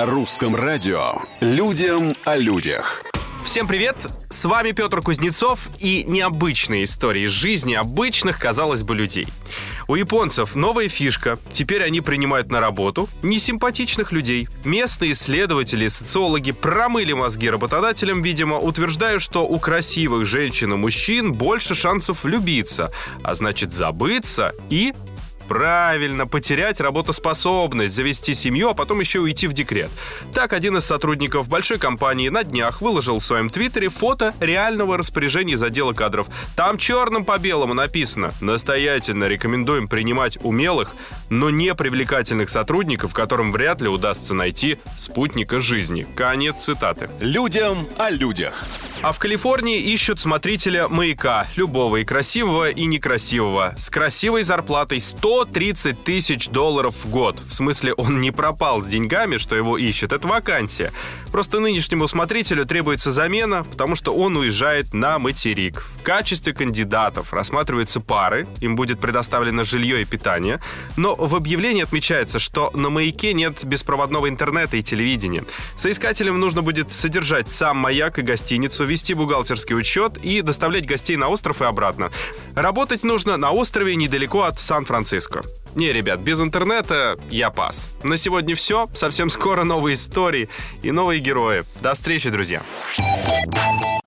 На русском радио «Людям о людях». Всем привет! С вами Петр Кузнецов и необычные истории из жизни обычных, казалось бы, людей. У японцев новая фишка. Теперь они принимают на работу несимпатичных людей. Местные исследователи и социологи промыли мозги работодателям, видимо, утверждая, что у красивых женщин и мужчин больше шансов влюбиться, а значит забыться и... правильно, потерять работоспособность, завести семью, а потом еще уйти в декрет. Так, один из сотрудников большой компании на днях выложил в своем твиттере фото реального распоряжения из отдела кадров. Там черным по белому написано: настоятельно рекомендуем принимать умелых, но не привлекательных сотрудников, которым вряд ли удастся найти спутника жизни. Конец цитаты. Людям о людях. А в Калифорнии ищут смотрителя маяка. Любого, и красивого, и некрасивого. С красивой зарплатой $130 тысяч в год. В смысле, он не пропал с деньгами, что его ищут. Это вакансия. Просто нынешнему смотрителю требуется замена, потому что он уезжает на материк. В качестве кандидатов рассматриваются пары. Им будет предоставлено жилье и питание. Но в объявлении отмечается, что на маяке нет беспроводного интернета и телевидения. Соискателям нужно будет содержать сам маяк и гостиницу, вести бухгалтерский учет и доставлять гостей на остров и обратно. Работать нужно на острове недалеко от Сан-Франциско. Не, ребят, без интернета я пас. На сегодня все. Совсем скоро новые истории и новые герои. До встречи, друзья.